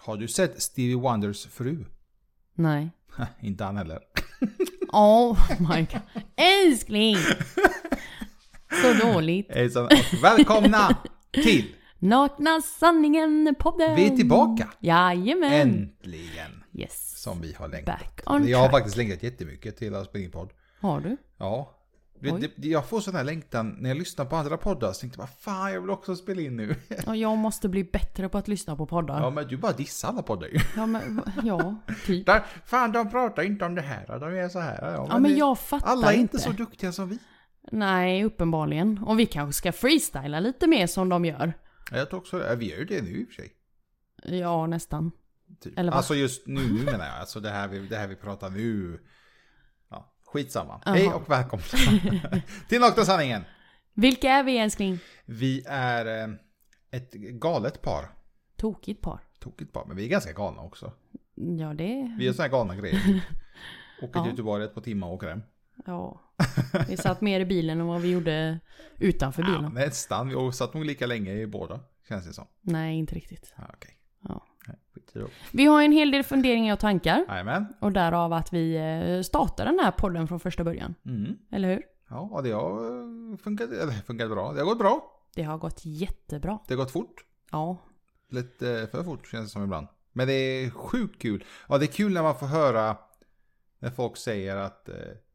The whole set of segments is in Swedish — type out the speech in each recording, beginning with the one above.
Har du sett Stevie Wonders fru? Nej. Inte han heller. Oh my god. Älskling! Så dåligt. Välkomna till Nakna sanningen podden. Vi är tillbaka. Jajamän. Äntligen. Yes. Som vi har längtat. Back on Jag har track. faktiskt längtat jättemycket till att spela in podd. Har du? Ja. Oj. Jag får sån här längtan när jag lyssnar på andra poddar. Så tänkte jag bara, fan jag vill också spela in nu. Och jag måste bli bättre på att lyssna på poddar. Ja, men du bara dissar alla poddar ju. Ja, typ. Fan, de pratar inte om det här. De är så här. Ja, men jag fattar alla är inte. inte så duktiga som vi. Nej, uppenbarligen. Och vi kanske ska freestyla lite mer som de gör. Jag tror också, vi gör det nu i och för sig. Ja, nästan. Typ. Eller vad? Alltså just nu menar jag. Alltså det här vi pratar nu. Ja, skitsamma. Aha. Hej och välkomna till Nakna sanningen. Vilka är vi, älskling? Vi är ett galet par. Tokigt par. Tokigt par, men vi är ganska galna också. Ja, det... Vi gör såna här galna grejer. Åker Ja. till Göteborg ett par timmar och åker hem. Ja. Vi satt mer i bilen än vad vi gjorde utanför bilen. Ja, nästan. Vi satt nog lika länge i båda, känns det som. Nej, inte riktigt. Ja, okej. Ja. Skit i det. Vi har en hel del funderingar och tankar. Jajamän. Och därav att vi startar den här podden från första början. Mm. Eller hur? Ja, och det har funkat bra. Det har gått bra. Det har gått jättebra. Det har gått fort. Ja. Lite för fort känns det som ibland. Men det är sjukt kul. Ja, det är kul när man får höra när folk säger att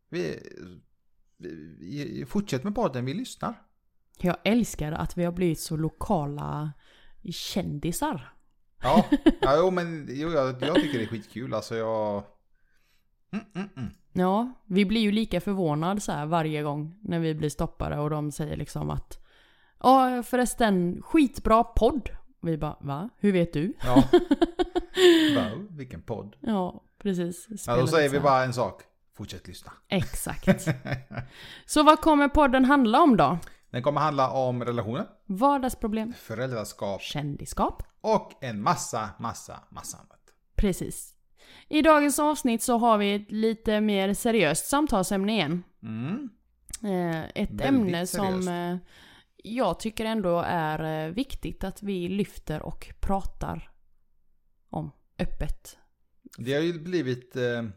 vi fortsätter med podden, vi lyssnar. Jag älskar att vi har blivit så lokala kändisar. Ja, jag tycker det är skitkul. Alltså jag... Ja, vi blir ju lika förvånade så här varje gång när vi blir stoppade och de säger liksom att ja, förresten, skitbra podd. Vi bara, va? Hur vet du? Ja. Wow, vilken podd. Ja, precis. Ja, då säger vi bara bara en sak. Fortsätt lyssna. exakt. Så vad kommer podden handla om då? Den kommer handla om relationer, Vardagsproblem, föräldraskap kändisskap. och en massa annat. Precis. I dagens avsnitt så har vi ett lite mer seriöst samtalsämne igen. Mm. Ett Väldigt ämne seriöst. som jag tycker ändå är viktigt att vi lyfter och pratar om öppet. Det har ju blivit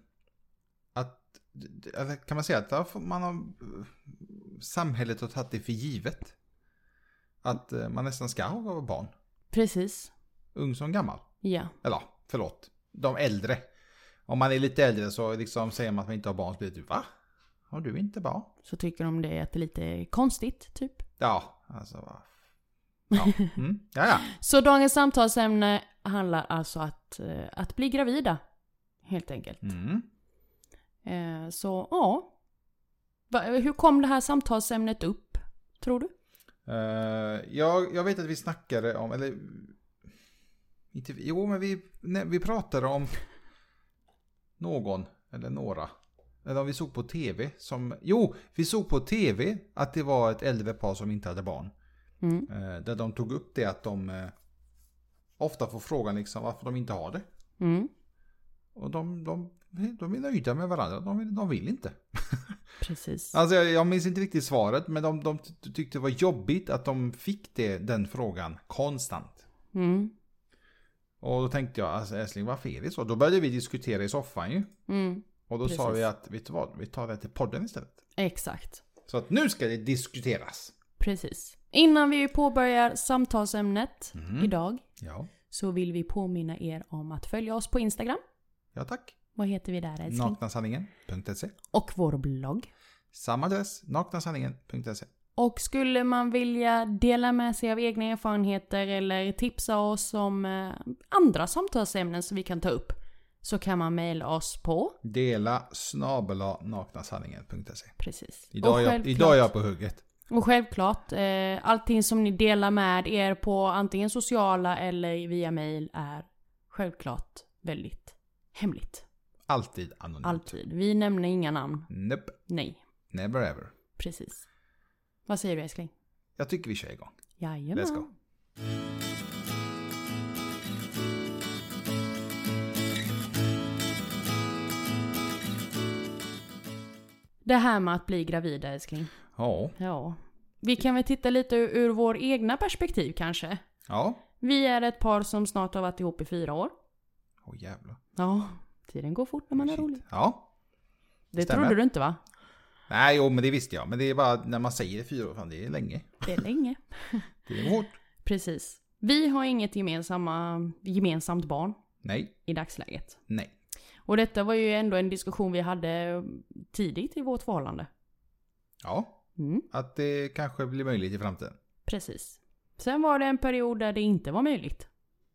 kan man säga att man har samhället har tagit det för givet. Att man nästan ska ha barn. Precis. Ung som gammal. Ja. Eller förlåt. De äldre. Om man är lite äldre så liksom säger man att man inte har barn. Så blir det typ, va? Har du inte barn? Så tycker de det är att det är lite konstigt, typ. Ja, alltså va. Ja. Mm. Ja. Så dagens samtalsämne handlar alltså att bli gravida. Helt enkelt. Mm. Så ja. Hur kom det här samtalsämnet upp, tror du? Jag vet att vi snackade om, eller inte, jo men vi pratade om någon eller några, eller om vi såg på tv vi såg på tv att det var ett äldre par som inte hade barn. Mm. Där de tog upp det att de ofta får frågan liksom varför de inte har det. Mm. Och de är nöjda med varandra, de vill inte. Precis. Alltså jag minns inte riktigt svaret, men de tyckte det var jobbigt att de fick den frågan konstant. Mm. Och då tänkte jag, alltså älskling, varför är det så? Då började vi diskutera i soffan ju. Mm. Och då Precis. sa vi att, vet du vad, vi tar det till podden istället. Exakt. Så att nu ska det diskuteras. Precis. Innan vi påbörjar samtalsämnet idag Ja, så vill vi påminna er om att följa oss på Instagram. ja tack. Vad heter vi där, älskling? Naknasanningen.se. Och vår blogg. Samma adress, naknasanningen.se. Och skulle man vilja dela med sig av egna erfarenheter eller tipsa oss om andra samtalsämnen som vi kan ta upp, så kan man mejla oss på. dela@naknasanningen.se. Precis. Idag är jag på hugget. Och självklart, allting som ni delar med er på antingen sociala eller via mejl är självklart väldigt hemligt. Alltid anonymt. Alltid. Vi nämner inga namn. Nope. Nej, Never ever. precis. Vad säger du, älskling? Jag tycker vi kör igång. Jajamän. Let's go. Det här med att bli gravid, älskling. Ja. Ja. Vi kan väl titta lite ur vår egna perspektiv kanske. Ja. Vi är ett par som snart har varit ihop i 4 år. Åh jävlar. Ja, tiden går fort när man är rolig. Ja. Det stämmer. trodde du inte va? Nej, jo, men det visste jag. Men det är bara när man säger 4 år, fan, det är länge. Det är länge. Det är fort. Precis. Vi har inget gemensamt barn Nej. i dagsläget. Nej. Och detta var ju ändå en diskussion vi hade tidigt i vårt förhållande. Ja. Mm. Att det kanske blir möjligt i framtiden. Precis. Sen var det en period där det inte var möjligt.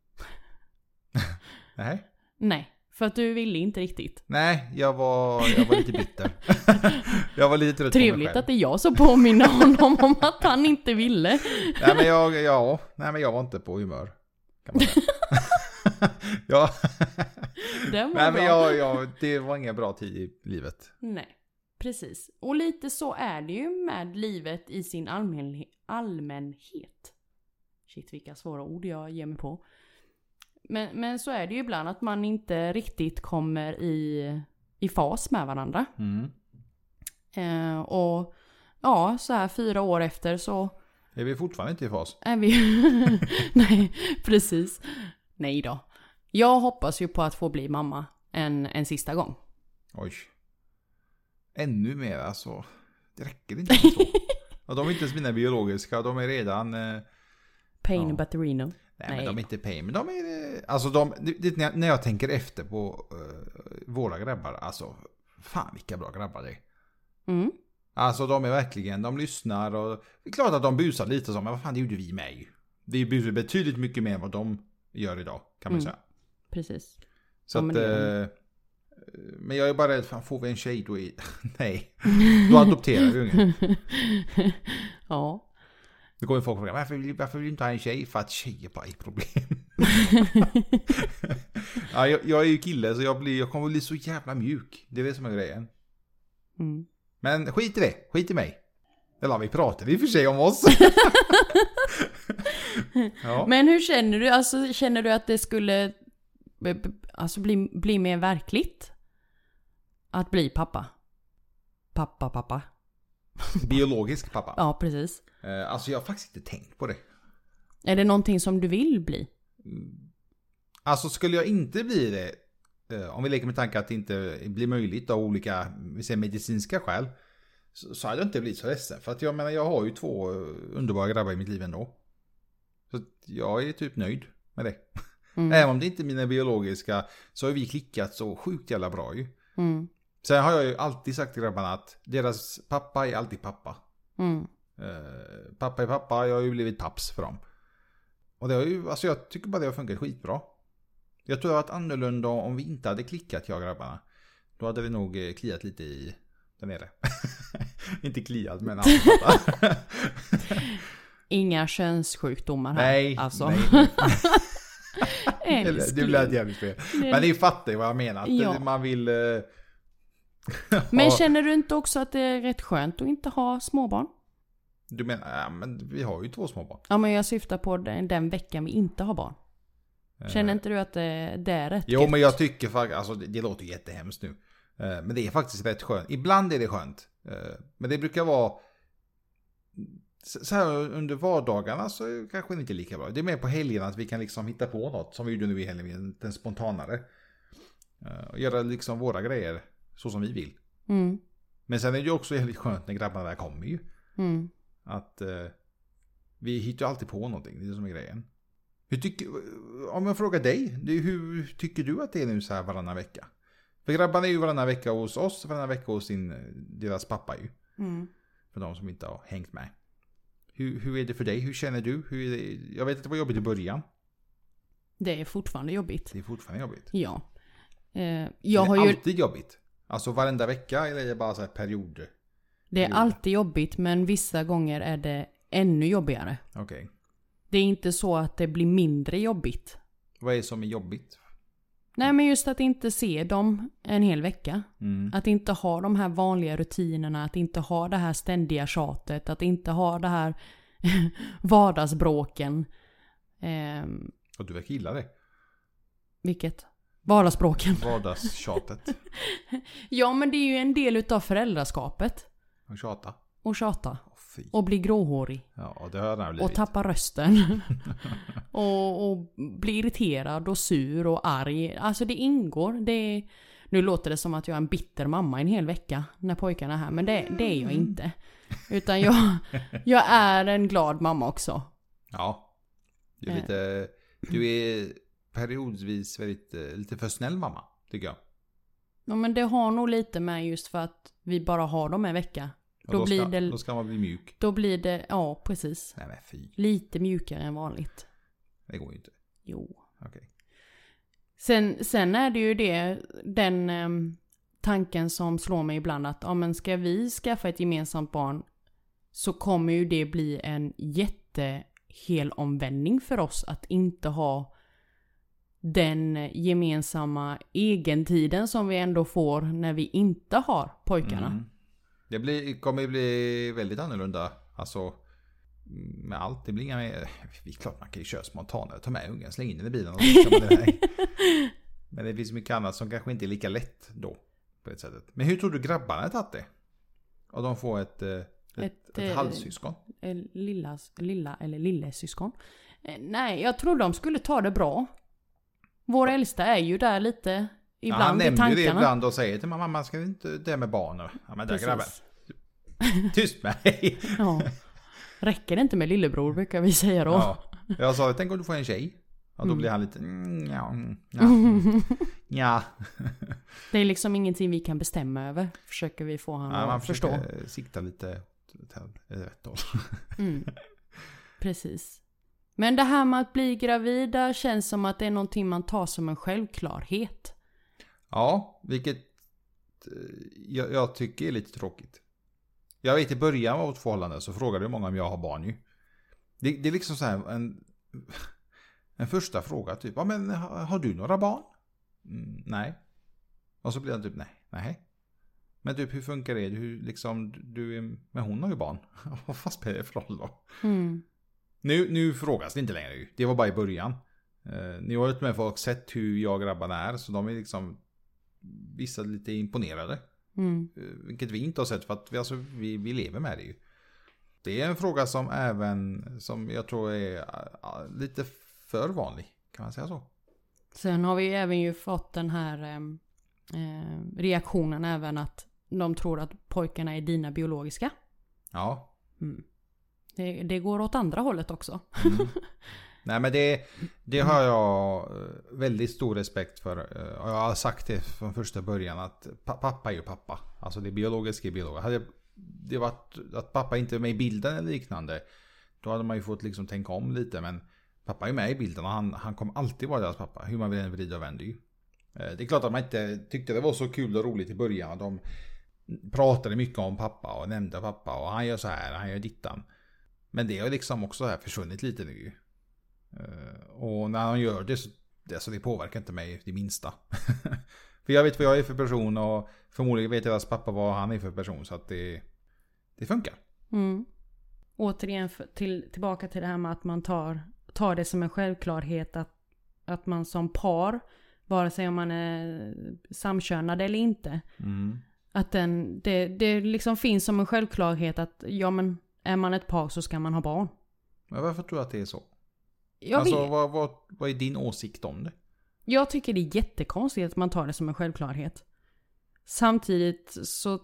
Nej. Nej, för att du ville inte riktigt. Nej, jag var lite bitter. Jag var lite trött på mig Trevligt själv. att det är jag som påminner honom om att han inte ville. Nej, men jag var inte på humör. Kan man säga. Ja. Den var Nej, bra. men det var ingen bra tid i livet. Nej, precis. Och lite så är det ju med livet i sin allmänhet. Shit, vilka svåra ord jag ger mig på. Men så är det ju ibland att man inte riktigt kommer i fas med varandra. Och ja, så här 4 år efter så Är vi fortfarande inte i fas? är vi... Nej, precis. Nej då. Jag hoppas ju på att få bli mamma en sista gång. Oj. Ännu mer alltså. Det räcker inte med 2. Och de är inte ens mina biologiska. De är redan... Pain Batterino. Nej, men de är inte pain. Men de är... Alltså när jag tänker efter på våra grabbar. Alltså, fan vilka bra grabbar det är. Mm. Alltså de är verkligen... De lyssnar och... Det är klart att de busar lite så. Men vad fan, det gjorde vi med ju. Vi busar betydligt mycket mer än vad de gör idag. Kan man säga. Precis. Så Ja, att... Men jag är bara rädd, fan får vi en tjej då i... Nej. Då adopterar vi ungen. Ja. Då kommer folk och frågar, varför vill du inte ha en tjej? För att tjejer bara är problem. Ja, jag är ju kille så jag kommer bli så jävla mjuk. Det är det som är grejen. Mm. Men skit i det, skit i mig. Eller vi pratar i och för sig om oss. Ja. Men hur känner du? Alltså, känner du att det skulle alltså, bli mer verkligt? Att bli pappa? Pappa. Biologisk pappa. Ja, precis. Alltså jag har faktiskt inte tänkt på det. Är det någonting som du vill bli? Alltså skulle jag inte bli det, om vi leker med tanke att det inte blir möjligt av olika medicinska skäl, så hade jag inte blivit så ledsen. För att jag menar, jag har ju 2 underbara grabbar i mitt liv ändå. Så jag är typ nöjd med det. Även om det inte är mina biologiska, så har vi klickat så sjukt jävla bra ju. Sen har jag ju alltid sagt till grabbarna att deras pappa är alltid pappa. Pappa är pappa, jag har ju blivit paps för dem. Och det har ju, alltså jag tycker bara det har funkat skitbra. Jag tror det hade varit annorlunda om vi inte hade klickat, jag och grabbarna. Då hade det nog kliat lite i där nere. Inte kliat, men Inga könssjukdomar här. Nej, alltså. nej. Älskling. Det blev jävligt fel. Men ni fattar ju vad jag menar. Ja. Man vill... Men känner du inte också att det är rätt skönt att inte ha småbarn? Du menar, ja, men vi har ju 2 småbarn. Ja, men jag syftar på den veckan vi inte har barn. Känner inte du att det är rätt Jo, gött? men jag tycker faktiskt, alltså det låter jättehemskt nu. Men det är faktiskt rätt skönt. Ibland är det skönt. Men det brukar vara så här under vardagarna så är det kanske inte lika bra. Det är mer på helgerna att vi kan liksom hitta på något som vi gjorde nu i helgen, den spontanare. Och göra liksom våra grejer så som vi vill. Men sen är det ju också väldigt skönt när grabbarna där kommer ju. Att vi hittar alltid på någonting, det är det som är grejen. Om jag frågar dig, hur tycker du att det är nu så här varannan vecka? För grabbarna är ju varannan vecka hos oss, varannan vecka hos deras pappa ju. För de som inte har hängt med. Hur är det för dig? Hur känner du? Hur är det? Jag vet att det var jobbigt i början. Det är fortfarande jobbigt. Det är fortfarande jobbigt. Ja. Jag har ju alltid jobbigt. Alltså varenda vecka eller är det bara så här perioder? Det är alltid jobbigt, men vissa gånger är det ännu jobbigare. Okej. Det är inte så att det blir mindre jobbigt. Vad är det som är jobbigt? Nej, men just att inte se dem en hel vecka. Att inte ha de här vanliga rutinerna. Att inte ha det här ständiga tjatet. Att inte ha det här vardagsbråken. Och du verkar gilla det. Vilket? Vardagsbråken. Vardagstjatet. Ja, men det är ju en del utav föräldraskapet. Och tjata. Och tjata. fy. Och blir gråhårig. Ja, det har jag blivit. Och tappar rösten. och blir irriterad och sur och arg. Alltså det ingår. Nu låter det som att jag är en bitter mamma en hel vecka när pojkarna är här. Men det är jag inte. Utan jag är en glad mamma också. Ja. Du är periodvis väldigt, lite för snäll mamma, tycker jag. Ja, men det har nog lite med just för att vi bara har dem en vecka. Då ska man bli mjuk. Då blir det, ja precis. Nej men fy. Lite mjukare än vanligt. Det går ju inte. Jo. Okej. Sen är det ju den tanken som slår mig ibland att men ska vi skaffa ett gemensamt barn så kommer ju det bli en jättehelomvändning för oss att inte ha den gemensamma egentiden som vi ändå får när vi inte har pojkarna. Mm. Det kommer bli väldigt annorlunda. Alltså med allt. Det blir inga mer. Det är klart man kan ju köra spontanare. Ta med ungen, släng in den i bilen. Och men det finns mycket annat som kanske inte är lika lätt då. På ett sättet. Men hur tror du grabbarna har tagit det? Och de får ett halvsyskon? Lilla eller lillesyskon. Nej, jag tror de skulle ta det bra. Vår äldsta är ju där lite ibland i tankarna. Han nämner ju det ibland och säger till mamma, ska vi inte det med barn? Ja, men där grabbar. Tyst med dig. Ja. Räcker det inte med lillebror, brukar vi säga då. Ja. Jag sa, tänk om du får en tjej. Och då blir han lite ja. Det är liksom ingenting vi kan bestämma över. Försöker vi få han att förstå. Man försöker sikta lite rätt håll. Precis. Men det här med att bli gravida känns som att det är någonting man tar som en självklarhet. Ja, vilket jag tycker är lite tråkigt. Jag vet i början av vårt förhållande så frågade många om jag har barn ju. Det är liksom så här en första fråga typ, ja men har du några barn? Nej. Och så blir det typ nej. Men typ hur funkar det? Hur liksom men hon har ju barn. Vad fan spelar det för roll då? Nu frågas det inte längre ju. Det var bara i början. Ni har varit med folk sett hur jag och grabbarna är, så de är liksom vissa lite imponerade. Vilket vi inte har sett för att vi lever med det ju. Det är en fråga som jag tror är lite för vanlig, kan man säga så. Sen har vi även ju fått den här reaktionen även att de tror att pojkarna är dina biologiska. Ja. Det går åt andra hållet också. Nej, men det har jag väldigt stor respekt för. Och jag har sagt det från första början att pappa är ju pappa. Alltså det biologiska är biologiskt. Hade det varit att pappa inte är med i bilden eller liknande, då hade man ju fått liksom tänka om lite. Men pappa är med i bilden och han kommer alltid vara deras pappa. Hur man vill än vrida och vända ju. Det är klart att man inte tyckte det var så kul och roligt i början. De pratade mycket om pappa och nämnde pappa. Och han gör så här, han gör dittan. Men det har liksom också här försvunnit lite nu. Och när han gör det så det påverkar inte mig det minsta. För jag vet vad jag är för person och förmodligen vet deras pappa vad han är för person, så att det funkar. Återigen tillbaka till det här med att man tar det som en självklarhet att man som par, vare sig om man är samkönad eller inte, att det liksom finns som en självklarhet att ja, men är man ett par så ska man ha barn. Men varför tror du att det är så? Alltså, vad är din åsikt om det? Jag tycker det är jättekonstigt att man tar det som en självklarhet. Samtidigt så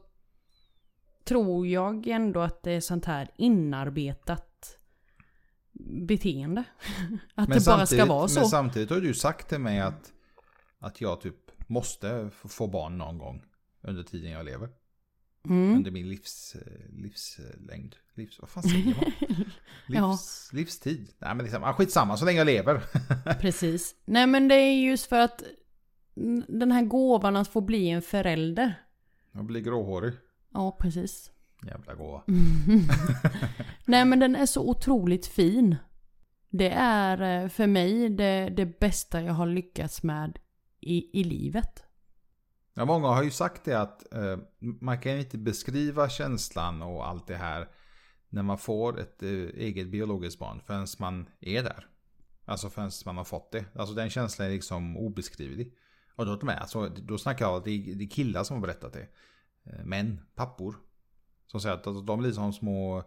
tror jag ändå att det är sånt här inarbetat beteende. Att det bara ska vara så. Men samtidigt har du sagt till mig att jag typ måste få barn någon gång under tiden jag lever. Under min livslängd. Vad fan säger man? Livstid. Nej, men liksom, skitsamma så länge jag lever. Precis. Nej, men det är just för att den här gåvan att få bli en förälder. Jag blir gråhårig. Ja, precis. Jävla gåva. Nej, men den är så otroligt fin. Det är för mig det bästa jag har lyckats med i livet. Ja, många har ju sagt det att man kan inte beskriva känslan och allt det här när man får ett eget biologiskt barn förrän man är där. Alltså förrän man har fått det. Alltså den känslan är liksom obeskrivlig. Och då snackar jag att det är killar som har berättat det. Men pappor som säger att de blir som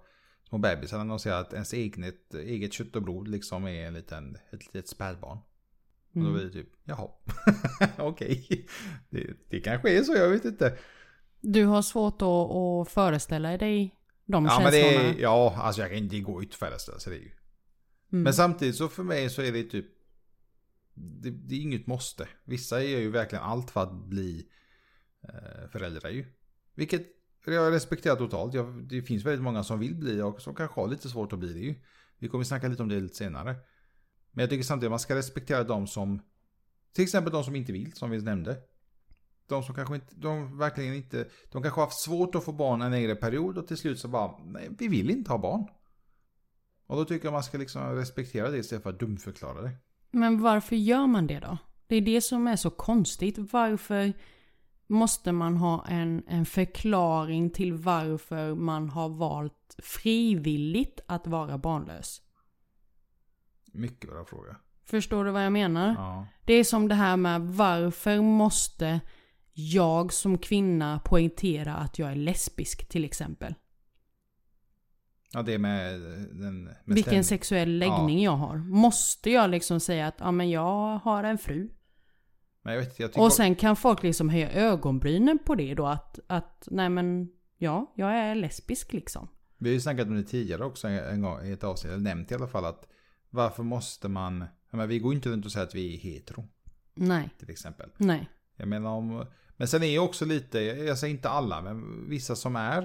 små bebisar, de säger att ens eget kött och blod liksom är ett litet spädbarn. Och då blir det typ, jaha, okej. Det kanske är så, jag vet inte. Du har svårt att föreställa dig de Ja, känslorna. men alltså jag kan inte gå ut och föreställa sig det ju. Mm. Men samtidigt så för mig så är det typ, det är inget måste. Vissa gör ju verkligen allt för att bli föräldrar ju. Vilket jag respekterar totalt. Det finns väldigt många som vill bli och som kanske har lite svårt att bli det ju. Vi kommer snacka lite om det lite senare. Men jag tycker samtidigt att man ska respektera de som, till exempel de som inte vill, som vi nämnde. De som kanske inte, de kanske har haft svårt att få barn en längre period och till slut så bara, nej, vi vill inte ha barn. Och då tycker jag man ska liksom respektera det istället för att dumförklara det. Men varför gör man det då? Det är det som är så konstigt. Varför måste man ha en förklaring till varför man har valt frivilligt att vara barnlös? Mycket bra fråga. Förstår du vad jag menar? Ja. Det är som det här med varför måste jag som kvinna poängtera att jag är lesbisk till exempel? Ja, det är med Vilken sexuell läggning jag har. Måste jag liksom säga att ja, men jag har en fru? Men jag tycker och sen kan folk liksom höja ögonbrynen på det då att nej men ja, jag är lesbisk liksom. Vi har ju snackat om det tidigare också en gång i ett avsnitt, eller nämnt i alla fall att varför måste man, men vi går inte runt och säger att vi är hetero. Nej. Till exempel. Nej. Jag menar men sen är ju också lite, jag säger inte alla, men vissa som är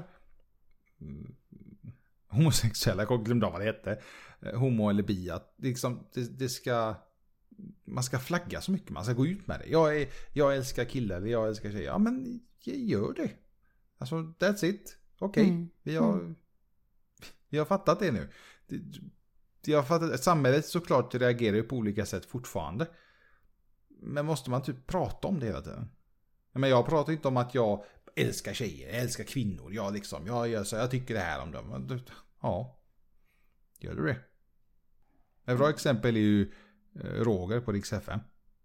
homosexuella, jag glömde vad det hette, homo eller bi, att liksom, det ska, man ska flagga så mycket, man ska gå ut med det. Jag älskar killar, eller jag älskar tjejer. Ja, men gör det. Alltså, that's it. Okej. Vi har fattat det nu. Jag har fattat, samhället såklart reagerar ju på olika sätt fortfarande. Men måste man typ prata om det hela tiden? Men jag pratar inte om att jag älskar tjejer, jag älskar kvinnor. Jag tycker det här om dem. Ja, gör du det? Ett bra exempel är ju Roger på Rix FM.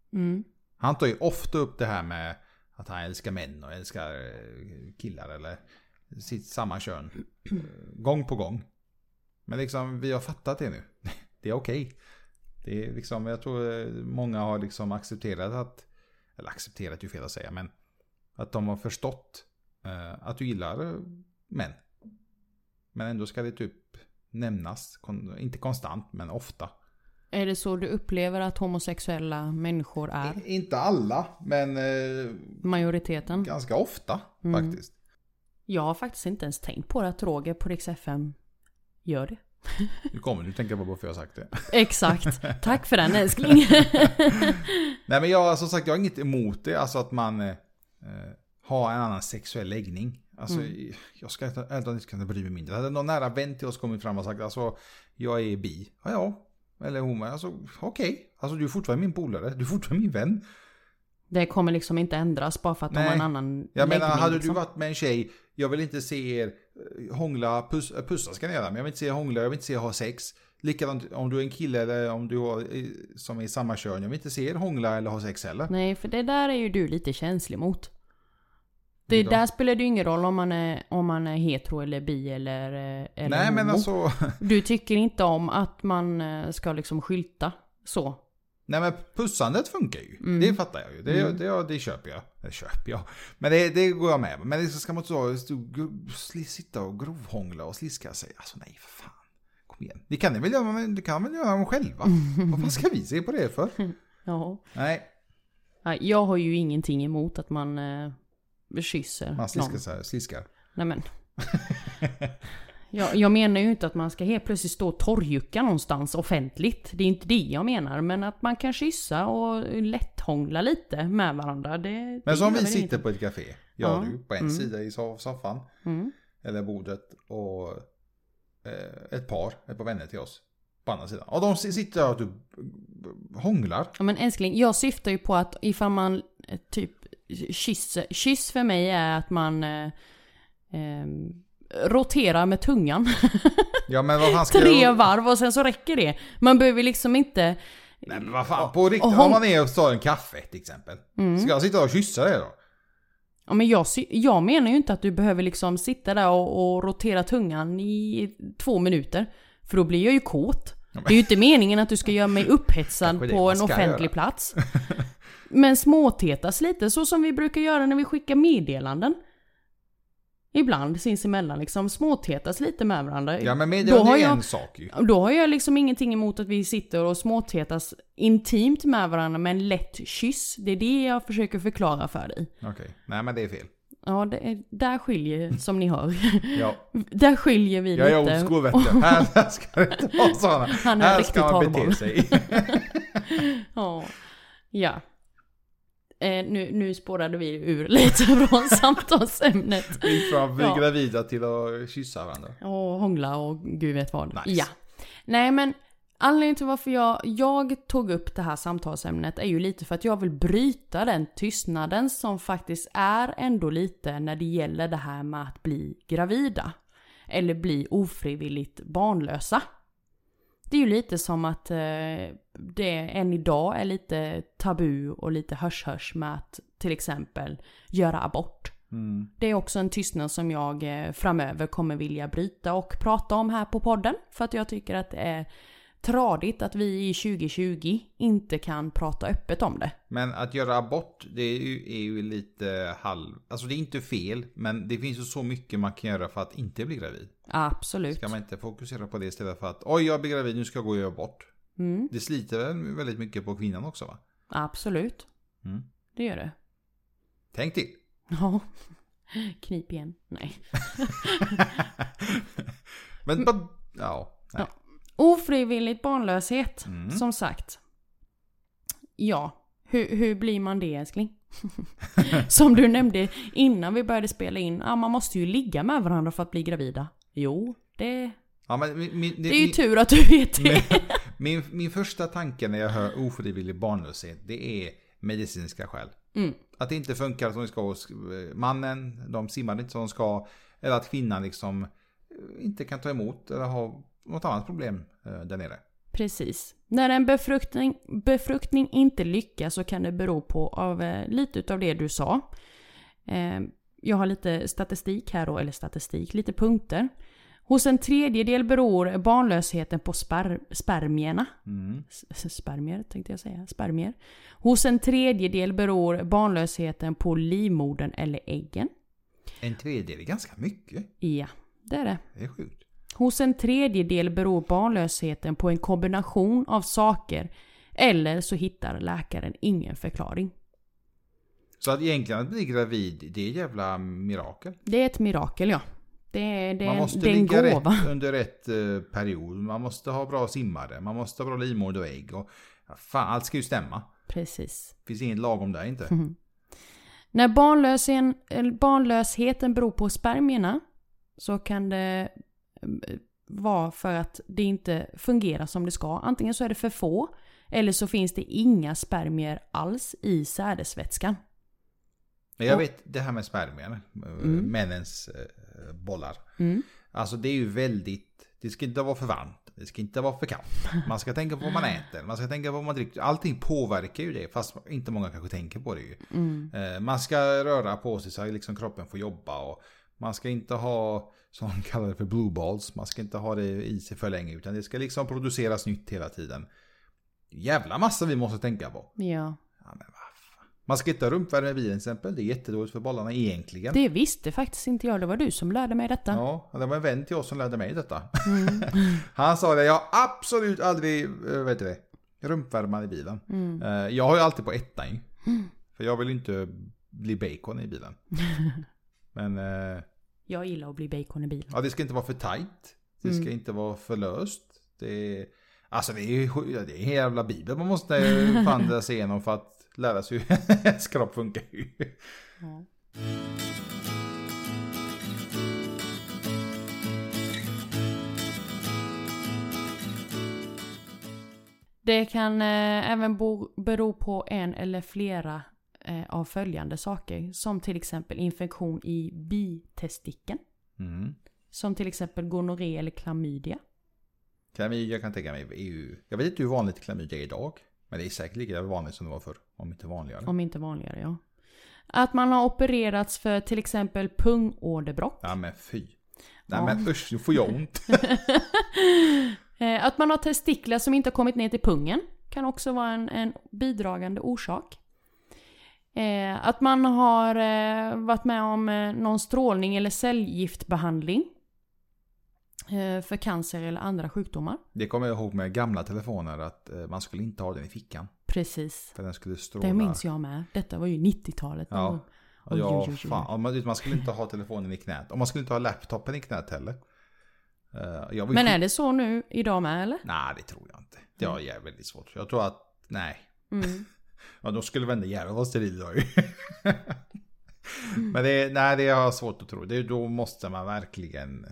Han tar ju ofta upp det här med att han älskar män och älskar killar eller samma kön. Gång på gång. Men liksom, vi har fattat det nu. Det är okej. Det är liksom, jag tror många har liksom accepterat eller accepterat är ju fel att säga, men att de har förstått att du gillar män. Men ändå ska det typ nämnas, inte konstant, men ofta. Är det så du upplever att homosexuella människor är? Inte alla, men majoriteten. Ganska ofta faktiskt. Jag har faktiskt inte ens tänkt på att Roger på Rix FM gör det. Du tänker bara varför jag har sagt det. Exakt. Tack för den, älskling. Nej, men jag som sagt, jag har inget emot det. Alltså att man har en annan sexuell läggning. Alltså jag ska inte kunna bry mig mindre. Hade någon nära vän till oss kommit fram och sagt alltså jag är bi. Ja. Eller homo. Alltså okej. Alltså du är fortfarande min polare. Du är fortfarande min vän. Det kommer liksom inte ändras bara för att de har en annan läggning. Jag menar, hade liksom. Du varit med en tjej, jag vill inte se er hångla, pussa ska ni göra, men jag vill inte se er hångla, jag vill inte se er ha sex. Likadant om du är en kille eller om du har, som är i samma kön, jag vill inte se er hångla eller ha sex heller. Nej, för det där är ju du lite känslig mot. Det där spelar det ju ingen roll om man är hetero eller bi eller nej, homo. Men alltså du tycker inte om att man ska liksom skylta så. Nej, men pussandet funkar ju. Det fattar jag ju. Det köper jag. Det köper jag. Men det går jag med. Men det ska man inte sitta och grovhångla och sliska sig. Alltså nej, för fan. Kom igen. Det kan väl göra dem själva. Vad fan ska vi se på det för? Ja. Nej. Jag har ju ingenting emot att man kysser man sliskar. Nej men. Jag menar ju inte att man ska helt plötsligt stå och torrjucka någonstans offentligt. Det är inte det jag menar. Men att man kan kyssa och lätthångla lite med varandra. Men som vi sitter på ett café. Jag du på en sida i soffan. Eller bordet. Och ett par vänner till oss på andra sidan. Och de sitter och typ hånglar. Ja, men älskling, jag syftar ju på att ifall man typ kyss för mig är att man roterar med tungan. Ja, men vad fan ska 3 varv och sen så räcker det. Man behöver liksom inte. Nej, men vad fan, på riktigt, om man är och tar en kaffe till exempel. Ska jag sitta och kyssa det då? Ja, men jag menar ju inte att du behöver liksom sitta där och rotera tungan i 2 minuter. För då blir jag ju kåt. Det är ju inte meningen att du ska göra mig upphetsad på en offentlig plats. Men småtetas lite, så som vi brukar göra när vi skickar meddelanden. Ibland sinsemellan liksom småtetas lite med varandra. Ja, men meddelande är en sak ju. Då har jag liksom ingenting emot att vi sitter och småtetas intimt med varandra med en lätt kyss. Det är det jag försöker förklara för dig. Okej, nej men det är fel. Ja, där skiljer, som ni hör. Ja. Där skiljer vi lite. Jag är old school, vet du. Här ska det inte vara sådana. Han är här riktigt ska man torrboll. bete sig. Ja. Nu spårade vi ur lite från samtalsämnet. Från vi gravida till att kyssa varandra. Och hångla och gud vet vad. Nice. Ja. Nej, men anledningen till varför jag tog upp det här samtalsämnet är ju lite för att jag vill bryta den tystnaden som faktiskt är ändå lite när det gäller det här med att bli gravida. Eller bli ofrivilligt barnlösa. Det är ju lite som att det än idag är lite tabu och lite hörs med att till exempel göra abort. Mm. Det är också en tystnad som jag framöver kommer vilja bryta och prata om här på podden. För att jag tycker att det är tradigt att vi i 2020 inte kan prata öppet om det. Men att göra abort, det är ju lite alltså det är inte fel, men det finns ju så mycket man kan göra för att inte bli gravid. Absolut. Ska man inte fokusera på det istället för att oj, jag blir gravid, nu ska jag gå och göra abort. Mm. Det sliter väl väldigt mycket på kvinnan också, va? Absolut. Mm. Det gör det. Tänk till. Ja. Knip igen. Nej. Men ja. Nej. Ja. Ofrivilligt barnlöshet, Mm. som sagt. Ja, hur blir man det, älskling? Som du nämnde innan vi började spela in. Ja, man måste ju ligga med varandra för att bli gravida. Jo, det är ju tur att du vet det. Min första tanke när jag hör ofrivillig barnlöshet, det är medicinska skäl. Mm. Att det inte funkar som det ska hos mannen, de simmar inte som de ska. Eller att kvinnan liksom inte kan ta emot eller ha något annat problem där nere. Precis. När en befruktning inte lyckas så kan det bero på lite av det du sa. Jag har lite statistik här då, eller lite punkter. Hos en tredjedel beror barnlösheten på spermierna. Mm. Spermier tänkte jag säga. Spermier. Hos en tredjedel beror barnlösheten på livmodern eller äggen. En tredjedel är ganska mycket. Ja, det är det. Det är sjukt. Hos en tredjedel beror barnlösheten på en kombination av saker. Eller så hittar läkaren ingen förklaring. Så att egentligen att bli gravid, det är ett jävla mirakel. Det är ett mirakel, ja. Man måste det är en ligga gåva. rätt under rätt period. Man måste ha bra simmare. Man måste ha bra livmoder och ägg. Och, ja, fan, allt ska ju stämma. Precis. Finns inget lagom där inte. Mm. När barnlösheten beror på spermierna så kan det vara för att det inte fungerar som det ska. Antingen så är det för få eller så finns det inga spermier alls i sädesvätskan. Jag vet det här med spermier. Männens bollar. Mm. Alltså det är ju väldigt, det ska inte vara för varmt. Det ska inte vara för kallt. Man ska tänka på vad man äter. Man ska tänka på vad man dricker. Allting påverkar ju det. Fast inte många kanske tänker på det ju. Man ska röra på sig så att liksom kroppen får jobba. Och man ska inte ha, som de kallar det för blue balls. Man ska inte ha det i sig för länge. Utan det ska liksom produceras nytt hela tiden. Jävla massa vi måste tänka på. Ja. Ja, men man ska inte ha rumpvärme i bilen till exempel. Det är jättedåligt för bollarna egentligen. Det visste faktiskt inte jag. Det var du som lärde mig detta. Ja, det var en vän till oss som lärde mig detta. Han sa det, jag har absolut aldrig rumpvärmare i bilen. Jag har ju alltid på ettan ju. För jag vill inte bli bacon i bilen. Men jag gillar att bli bacon i bilen. ja, det ska inte vara för tight. Det ska inte vara för löst. Alltså det är en jävla bibel. Man måste fan se igenom för att lära sig hur ens kropp funkar ju. Ja. Det kan även bero på en eller flera av följande saker. Som till exempel infektion i bitestikeln. Som till exempel gonorré eller klamydia. Klamydia kan tänka mig EU. Jag vet inte hur vanligt klamydia är idag. Men det är säkert lika vanligt som det var förr. Om inte vanligare. Om inte vanligare, ja. Att man har opererats för till exempel pungåderbråck. Ja men fy. Nej men usch, nu får jag ont. Att man har testiklar som inte har kommit ner till pungen. Kan också vara en bidragande orsak. Att man har varit med om någon strålning eller cellgiftbehandling. För cancer eller andra sjukdomar. Det kommer jag ihåg med gamla telefoner att man skulle inte ha den i fickan. Precis. För den skulle stråla. Det minns jag med. Detta var ju 90-talet. Ja. Fan. Man skulle inte ha telefonen i knät. Och man skulle inte ha laptopen i knät heller. Men är det så nu idag med eller? Nej, det tror jag inte. Det är väldigt svårt. Jag tror att, nej. Ja, då skulle vända jävla vara steril då. Men det är svårt att tro. Då måste man verkligen...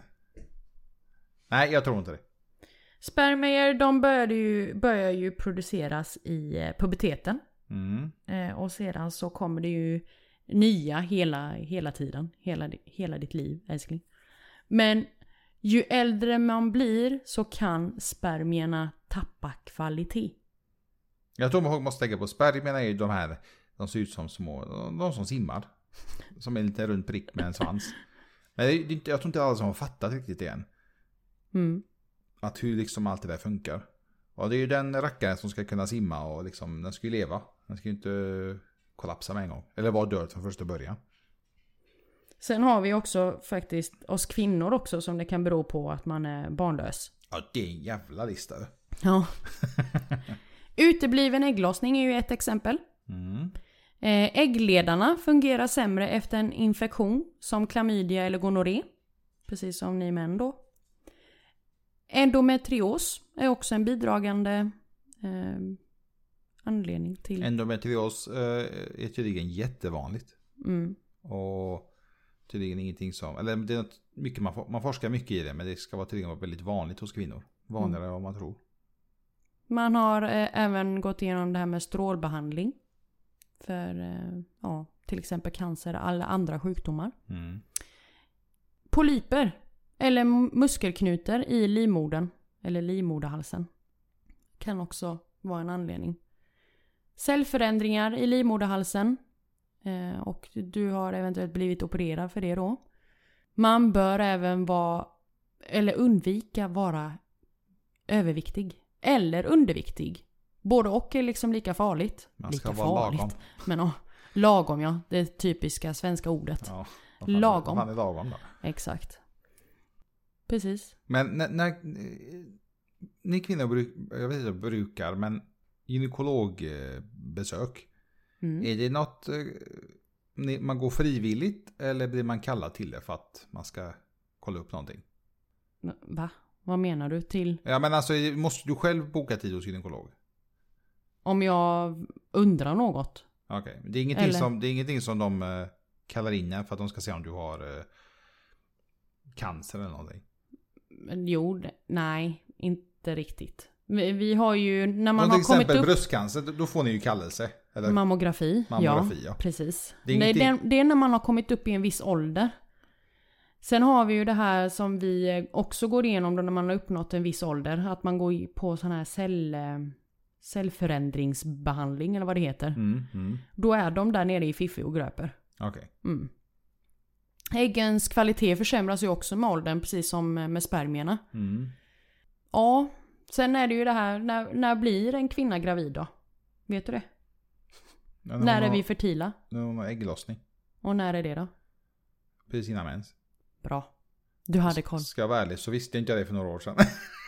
Nej, jag tror inte det. Spermier, de börjar ju produceras i puberteten. Och sedan så kommer det ju nya hela tiden. Hela ditt liv, älskling. Men ju äldre man blir så kan spermierna tappa kvalitet. Jag tror man måste tänka på spermierna är ju de här, de ser ut som små, de som simmar. Som är en liten rund prick med en svans. Men jag tror inte alla som har fattat riktigt det än. Att hur liksom allt det där funkar. Och det är ju den rackaren som ska kunna simma och liksom, den ska ju leva. Den ska ju inte kollapsa med en gång. Eller vara död från första början. Sen har vi också faktiskt oss kvinnor också som det kan bero på att man är barnlös. Ja, det är en jävla lista. Ja. Utebliven ägglossning är ju ett exempel. Äggledarna fungerar sämre efter en infektion som klamydia eller gonorré. Precis som ni män då. Endometrios är också en bidragande anledning till... Endometrios är tydligen jättevanligt. Och tydligen ingenting som... Eller det är något, mycket man forskar mycket i det, men det ska vara tydligen vara väldigt vanligt hos kvinnor. Vanligare än vad man tror. Man har även gått igenom det här med strålbehandling. För till exempel cancer och alla andra sjukdomar. Polyper. Eller muskelknutor i livmodern. Eller livmoderhalsen. Kan också vara en anledning. Cellförändringar i livmoderhalsen. Och du har eventuellt blivit opererad för det då. Man bör även undvika vara överviktig. Eller underviktig. Både och är liksom lika farligt. Man ska lika vara farligt. lagom. Men lagom, ja. Det typiska svenska ordet. Ja, lagom. Vad fan är lagom då? Exakt. Precis. Men när ni kvinnor jag vet inte brukar, men gynekologbesök. Är det något man går frivilligt eller blir man kallad till det för att man ska kolla upp någonting? Va? Vad menar du till? Ja, men alltså måste du själv boka tid hos gynekolog? Om jag undrar något. Okej. Det är ingenting som de kallar in för att de ska se om du har cancer eller någonting. Jo, nej, inte riktigt. Vi har ju, när man har kommit upp... Till exempel bröstcancer, då får ni ju kallelse. Eller? Mammografi, ja. Precis. Det är när man har kommit upp i en viss ålder. Sen har vi ju det här som vi också går igenom då när man har uppnått en viss ålder. Att man går på sån här cellförändringsbehandling eller vad det heter. Då är de där nere i fiffi och gröper. Okej. Äggens kvalitet försämras ju också med åldern, precis som med spermierna. Ja, sen är det ju det här, när blir en kvinna gravid då? Vet du det? Ja, när är vi fertila? När hon har ägglossning. Och när är det då? Precis innan mens. Bra. Du hade koll. Ska jag vara ärlig så visste jag inte det för några år sedan.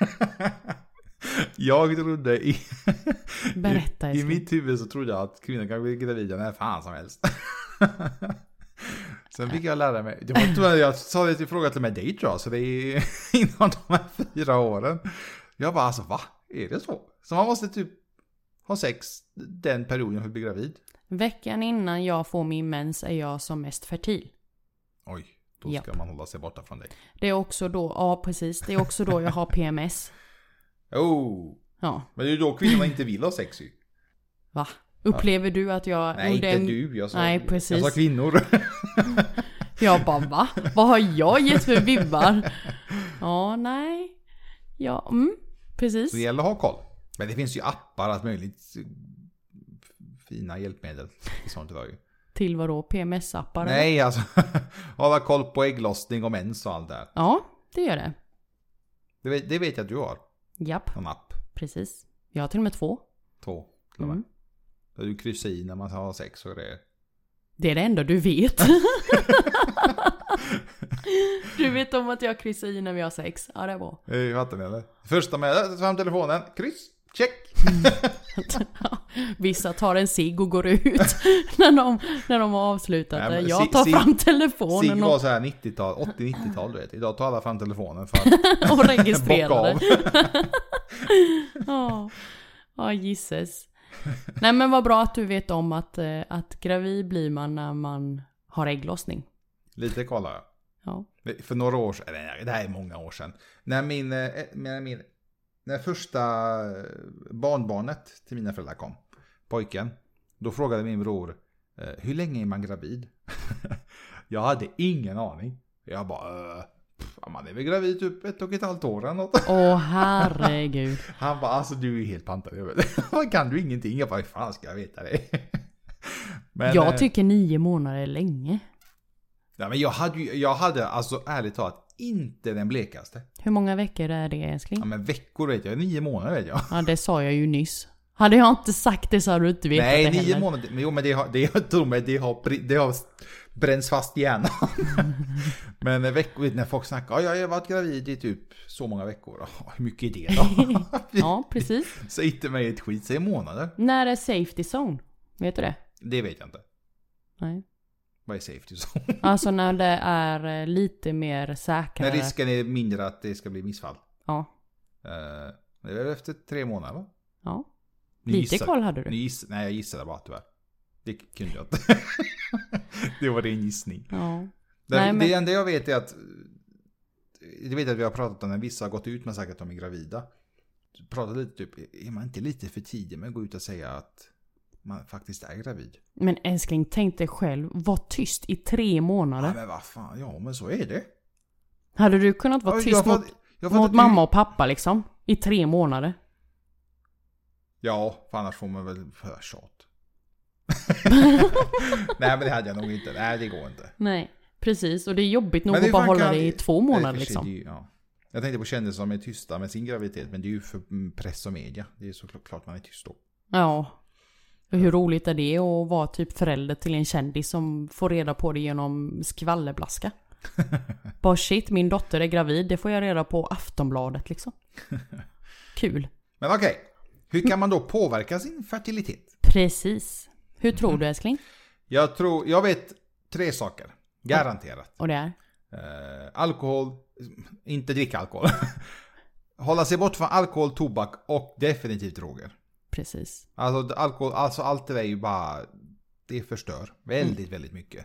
Jag trodde Berätta, i mitt huvud så trodde jag att kvinnor kan bli gravida när fan som helst. Sen fick jag lära mig. Jag sa det till fråga till mig dig tror jag. Så det är inom de här 4 åren. Jag bara alltså va? Är det så? Så man måste typ ha sex den perioden för att bli gravid? Veckan innan jag får min mens är jag som mest fertil. Oj, då ska man hålla sig borta från dig. Det är också då, ja precis. Det är också då jag har PMS. Oh. Ja. Men det är ju då kvinnorna inte vill ha sex ju. Va? Upplever du att jag... Nej, inte du. Jag sa kvinnor. Jag bara, va? Vad har jag gett för vibbar? Ja, nej. Ja, precis. Så det gäller att ha koll. Men det finns ju appar, allt möjligt fina hjälpmedel. Sånt idag ju. Till vadå? PMS-appar? Nej, alltså hålla koll på ägglossning och mens och allt där. Ja, det gör det. Det vet jag att du har. Japp, En app. precis. Jag har till och med 2. 2 till och med. Där du kryssar i när man har sex och grejer. Det är det enda du vet. Du vet om att jag kryssar i när vi har sex. Ja, det är bra. Jag fattar ni eller? Första med, ta fram telefonen. Kryss. Check. Vissa tar en cigg och går ut när de har avslutat det. Nej, Jag tar fram telefonen Cigg var så här 90-tal, 80-90-tal du vet. Idag tar alla fram telefonen för att och registrerar bocka av. det. Ja, gisses. Nej, men vad bra att du vet om att gravid blir man när man har ägglossning. Lite kollar jag. Ja. För några år sedan, det här är många år sedan. När första barnbarnet till mina föräldrar kom, pojken, då frågade min bror, hur länge är man gravid? Jag hade ingen aning. Jag bara, man är väl gravid typ 1,5 år eller något. Åh, herregud. Han bara, alltså du är helt pantad. Vad kan du ingenting? Jag bara, hur fan ska jag veta det? Men, jag tycker 9 månader är länge. Ja, men jag hade alltså ärligt talat inte den blekaste. Hur många veckor är det, älskling? Ja, men veckor vet jag. 9 månader vet jag. Ja, det sa jag ju nyss. Hade jag inte sagt det så hade du inte vetat det heller. Nej, 9 månader. Men jo, men det har bränns fast i hjärnan. Men veckor, när folk snackar, jag har varit gravid i typ så många veckor. Hur mycket är det då? Ja, precis. Säg inte mig ett skit, säg månader. När är safety zone? Vet du det? Det vet jag inte. Nej. Vad är safety zone? Alltså när det är lite mer säkrare. När risken är mindre att det ska bli missfall. Ja. Det är väl efter 3 månader va? Ja. Lite koll hade du. Nej, jag gissade bara tyvärr. Det kunde jag inte. Det var en gissning. Ja. Det enda jag vet är att vi har pratat om när vissa har gått ut med sagt att de är gravida. Pratat lite typ, är man inte lite för tidig med att gå ut och säga att man faktiskt är gravid? Men älskling, tänk dig själv, var tyst i 3 månader. Ja, men vad fan, ja men så är det. Hade du kunnat vara tyst mot mamma och pappa liksom? I 3 månader? Ja, för annars får man väl för tjat. Nej, men det hade jag nog inte. Nej, det går inte. Nej, precis. Och det är jobbigt nog att bara hålla det i 2 månader det liksom. Ja. Jag tänkte på kändisar som är tysta med sin graviditet, men det är ju för press och media. Det är så klart man är tyst då. Ja. Och hur roligt är det att vara typ förälder till en kändis som får reda på det genom skvallerblaska? Bara shit, min dotter är gravid. Det får jag reda på Aftonbladet liksom. Kul. Men okej. Hur kan man då påverka sin fertilitet? Precis. Hur tror du, älskling? Jag vet 3 saker. Garanterat. Och det är? Alkohol. Inte dricka alkohol. Hålla sig bort från alkohol, tobak och definitivt droger. Precis. Alltså alkohol, alltså allt det är ju bara, det förstör väldigt mycket.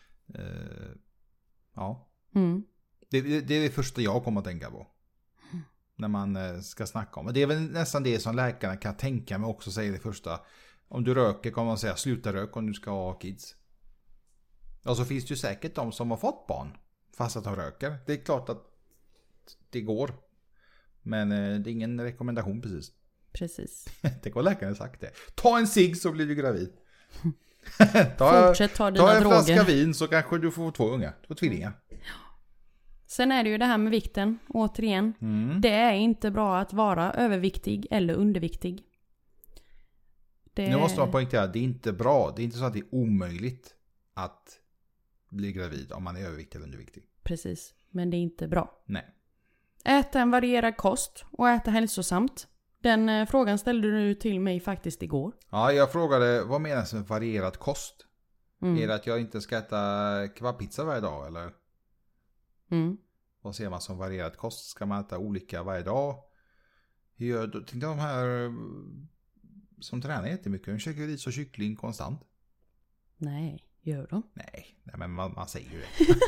Ja. Mm. Det är det första jag kommer att tänka på. När man ska snacka om. Det är väl nästan det som läkarna kan tänka mig också säga det första. Om du röker kommer man säga sluta rök om du ska ha kids. Och så finns det ju säkert de som har fått barn fast att de röker. Det är klart att det går. Men det är ingen rekommendation precis. Precis. Tänk vad läkaren sagt det. Ta en cigg så blir du gravid. Fortsätt ta dina droger. Ta en flaska vin så kanske du får 2 unga. 2 tvillingar. Sen är det ju det här med vikten, återigen. Det är inte bra att vara överviktig eller underviktig. Nu måste man poängtera att det är inte bra. Det är inte så att det är omöjligt att bli gravid om man är överviktig eller underviktig. Precis, men det är inte bra. Nej. Äta en varierad kost och äta hälsosamt. Den frågan ställde du till mig faktiskt igår. Ja, jag frågade vad menas med varierad kost? Är det att jag inte ska äta kebabpizza varje dag eller? Vad ser man som varierad kost? Ska man äta olika varje dag? Tänkte de här som tränar jättemycket. De käkar ris och kyckling konstant. Nej, gör de? Nej men man säger ju det.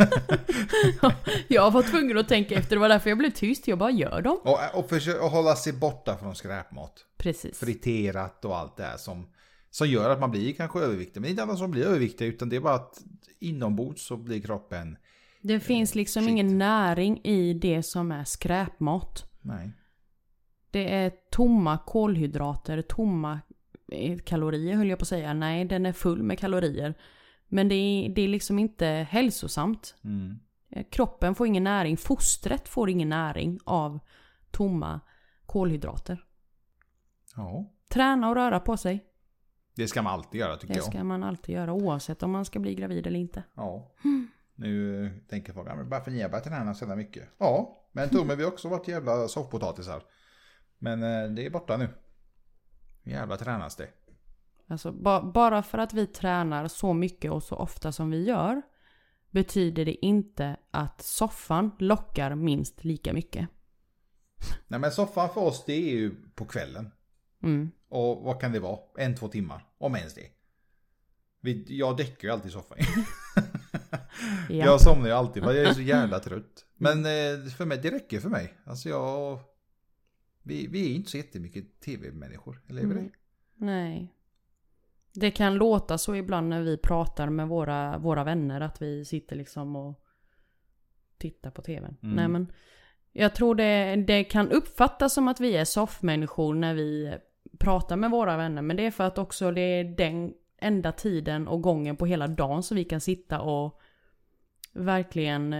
Jag var tvungen att tänka efter. Det var därför jag blev tyst. Jag bara, gör de? Och försöka hålla sig borta från skräpmat. Precis. Friterat och allt det här som gör att man blir kanske överviktig. Men det är inte alla som blir överviktiga utan det är bara att inombords så blir kroppen... Det finns liksom ingen näring i det som är skräpmat. Nej. Det är tomma kolhydrater, tomma kalorier höll jag på att säga. Nej, den är full med kalorier. Men det är liksom inte hälsosamt. Kroppen får ingen näring. Fostret får ingen näring av tomma kolhydrater. Ja. Träna och röra på sig. Det ska man alltid göra tycker jag. Det ska man alltid göra oavsett om man ska bli gravid eller inte. Ja. Nu tänker folk, men varför ni har börjat träna så mycket? Ja, men Tommy vi har också varit jävla soffpotatisar. Men det är borta nu. Jävla tränas det. Alltså bara för att vi tränar så mycket och så ofta som vi gör betyder det inte att soffan lockar minst lika mycket. Nej men soffan för oss det är ju på kvällen. Och vad kan det vara? 1-2 timmar. Om ens det. Jag däckar ju alltid i soffan. Ja. Jag somnar ju alltid. Jag är så jävla trött. Men för mig, det räcker för mig. Alltså vi är inte så jättemycket tv-människor. Eller är vi det? Nej. Det kan låta så ibland när vi pratar med våra vänner. Att vi sitter liksom och tittar på tvn. Nej men jag tror det kan uppfattas som att vi är soffmänniskor när vi pratar med våra vänner. Men det är för att också det är den enda tiden och gången på hela dagen så vi kan sitta och verkligen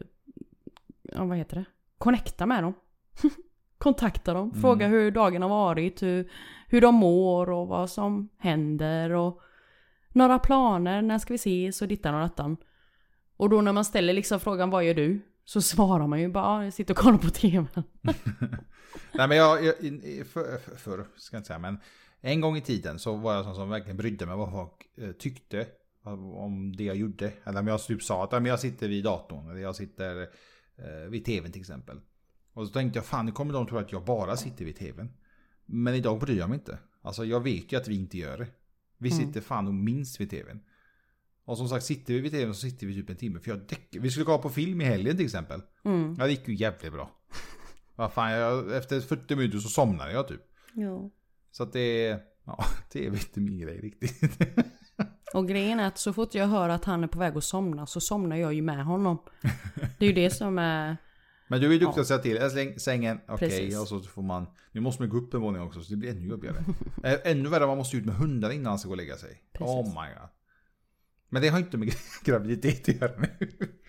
connecta med dem. Kontakta dem. Fråga hur dagen har varit. Hur de mår och vad som händer. Och några planer. När ska vi ses och dittan och dattan. Och då när man ställer liksom frågan vad gör du? Så svarar man ju bara jag sitter och kollar på tv. Nej men jag för ska jag inte säga men en gång i tiden så var jag sån som verkligen brydde mig vad folk tyckte om det jag gjorde. Eller om jag typ sa att jag sitter vid datorn eller jag sitter vid tvn till exempel. Och så tänkte jag fan nu kommer de tro att jag bara sitter vid tvn. Men idag bryr jag mig inte. Alltså jag vet ju att vi inte gör det. Vi sitter fan och minst vid tvn. Och som sagt sitter vi vid tvn så sitter vi typ en timme. För vi skulle gå på film i helgen till exempel. Ja, det gick ju jävligt bra. Vad fan, efter 40 minuter så somnade jag typ. Jo. Så att det är inte min grej riktigt. Och grejen är att så fort jag hör att han är på väg att somna så somnar jag ju med honom. Det är ju det som är... Men du är duktig att säga till. Sängen, okej. Och så får man... Nu måste man gå upp en våning också så det blir ännu jobbigare. Ännu värre man måste ut med hundar innan han ska gå och lägga sig. Precis. Oh my god. Men det har inte med graviditet att göra nu.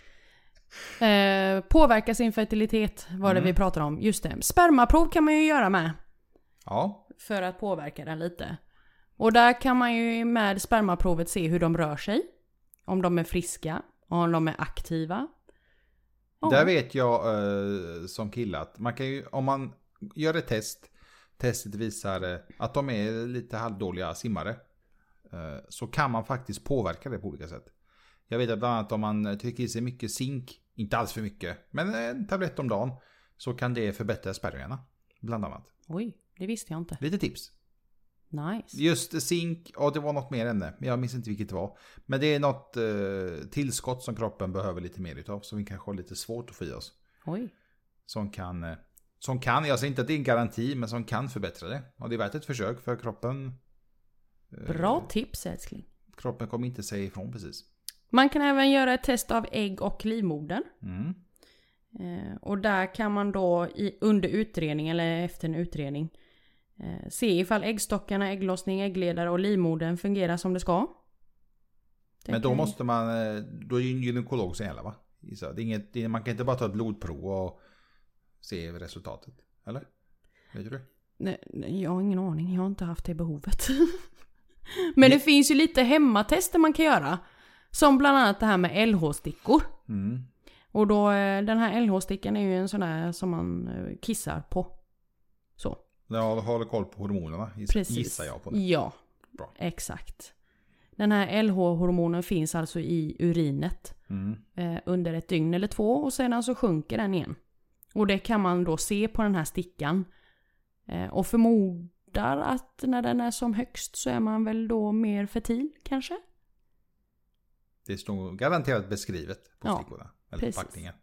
Påverka sin fertilitet var det vi pratade om. Just det. Spermaprov kan man ju göra med. Ja. För att påverka den lite. Och där kan man ju med spermaprovet se hur de rör sig. Om de är friska. Om de är aktiva. Där vet jag som kille att man kan ju, om man gör ett testet visar att de är lite halvdåliga simmare. Så kan man faktiskt påverka det på olika sätt. Jag vet att bland annat om man trycker i sig mycket zink, inte alls för mycket, men en tablett om dagen, så kan det förbättra spermierna, bland annat. Oj, det visste jag inte. Lite tips. Nice. Just zink, och det var något mer än det, men jag minns inte vilket det var. Men det är något tillskott som kroppen behöver lite mer utav, som vi kanske har lite svårt att få i oss. Oj. Som kan, jag säger inte att det är en garanti, men som kan förbättra det. Och det är värt ett försök för kroppen. Bra tips älskling. Kroppen kommer inte säga ifrån precis. Man kan även göra ett test av ägg och livmodern. Och där kan man då under utredning eller efter en utredning se ifall äggstockarna, ägglossning, äggledare och livmodern fungerar som det ska. Men då måste man, då är ju en gynekolog som gäller va? Man kan inte bara ta ett blodprov och se resultatet, eller? Vet du? Nej, jag har ingen aning, jag har inte haft det behovet. Men det finns ju lite hemmatester man kan göra. Som bland annat det här med LH-stickor. Och då, den här LH-stickan är ju en sån där som man kissar på. Så. Jag håller koll på hormonerna, gissar jag på det. Ja, bra. Exakt. Den här LH-hormonen finns alltså i urinet under ett dygn eller 2 och sedan så sjunker den igen. Och det kan man då se på den här stickan. Och förmodar att när den är som högst så är man väl då mer fertil kanske? Det står garanterat beskrivet på stickorna eller förpackningen.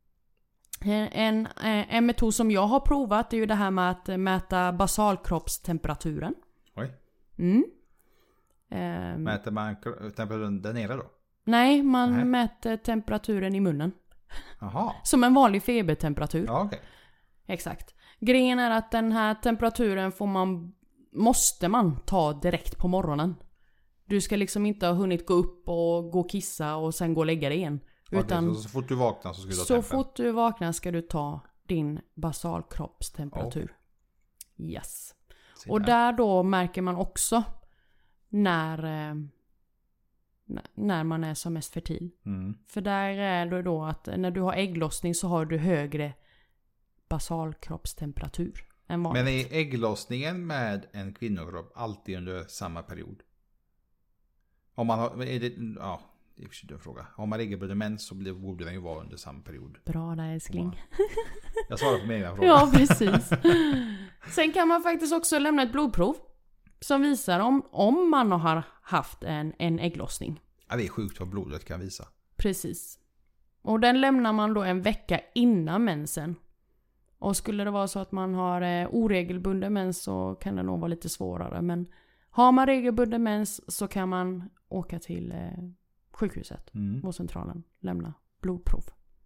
En metod som jag har provat är ju det här med att mäta basalkroppstemperaturen. Oj. Mäter man temperaturen där nere då? Nej, man mäter temperaturen i munnen. Aha. Som en vanlig febertemperatur. Ja, okej. Exakt. Grejen är att den här temperaturen måste man ta direkt på morgonen. Du ska liksom inte ha hunnit gå upp och gå och kissa och sen gå och lägga dig igen. Utan så fort du vaknar så ska du ta så tempen. fort du vaknar ska du ta din basalkroppstemperatur. Yes. Och där då märker man också när man är som mest fertil. För där är det då att när du har ägglossning så har du högre basalkroppstemperatur än vanligt. Men är ägglossningen med en kvinnokropp alltid under samma period? Om man har, är det, ja, det är för en fråga. Om man regelbunden mens så borde den ju vara under samma period. Bra där, älskling. Jag svarar på min egen fråga. Ja, precis. Sen kan man faktiskt också lämna ett blodprov som visar om man har haft en ägglossning. Ja, det är sjukt vad blodet kan visa. Precis. Och den lämnar man då en vecka innan mensen. Och skulle det vara så att man har oregelbunden mens så kan det nog vara lite svårare. Men har man regelbunden mens så kan man åka till sjukhuset, vårdcentralen, lämna blodprov.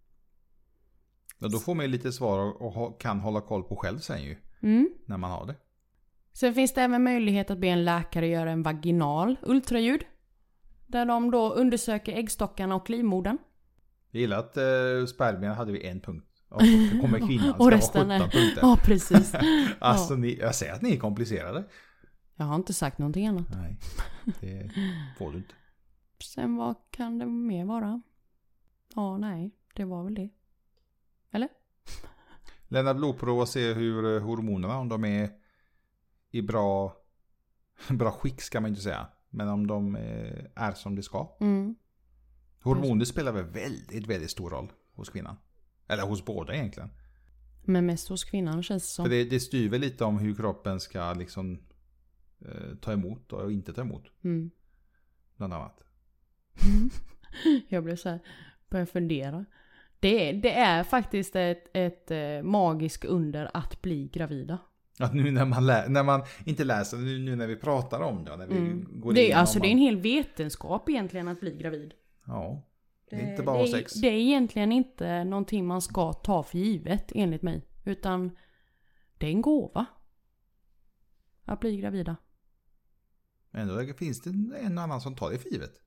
Ja, då får man ju lite svar och kan hålla koll på själv sen ju. När man har det. Sen finns det även möjlighet att be en läkare göra en vaginal ultraljud. Där de då undersöker äggstockarna och livmodern. Jag gillar att spermierna hade vi en punkt. Och så kommer kvinnan och resten ha 17 punkter. Ja, precis. Alltså, jag säger att ni är komplicerade. Jag har inte sagt någonting annat. Nej, det får du inte. Sen vad kan det mer vara? Ja, nej, det var väl det. Eller? Lämna blodprov och se hur hormonerna, om de är i bra skick ska man inte säga. Men om de är som det ska. Hormoner spelar väl väldigt stor roll hos kvinnan. Eller hos båda egentligen. Men mest hos kvinnan känns det som. För det styr väl lite om hur kroppen ska liksom ta emot och inte ta emot. Bland annat. Jag blev så här, började fundera. Det är faktiskt ett magiskt under att bli gravida. Att nu när man inte läser, nu när vi pratar om det. När vi går det är en hel vetenskap egentligen att bli gravid. Ja, det är inte bara sex. Det är egentligen inte någonting man ska ta för givet enligt mig. Utan det är en gåva. Att bli gravida. Ändå finns det en annan som tar det för givet.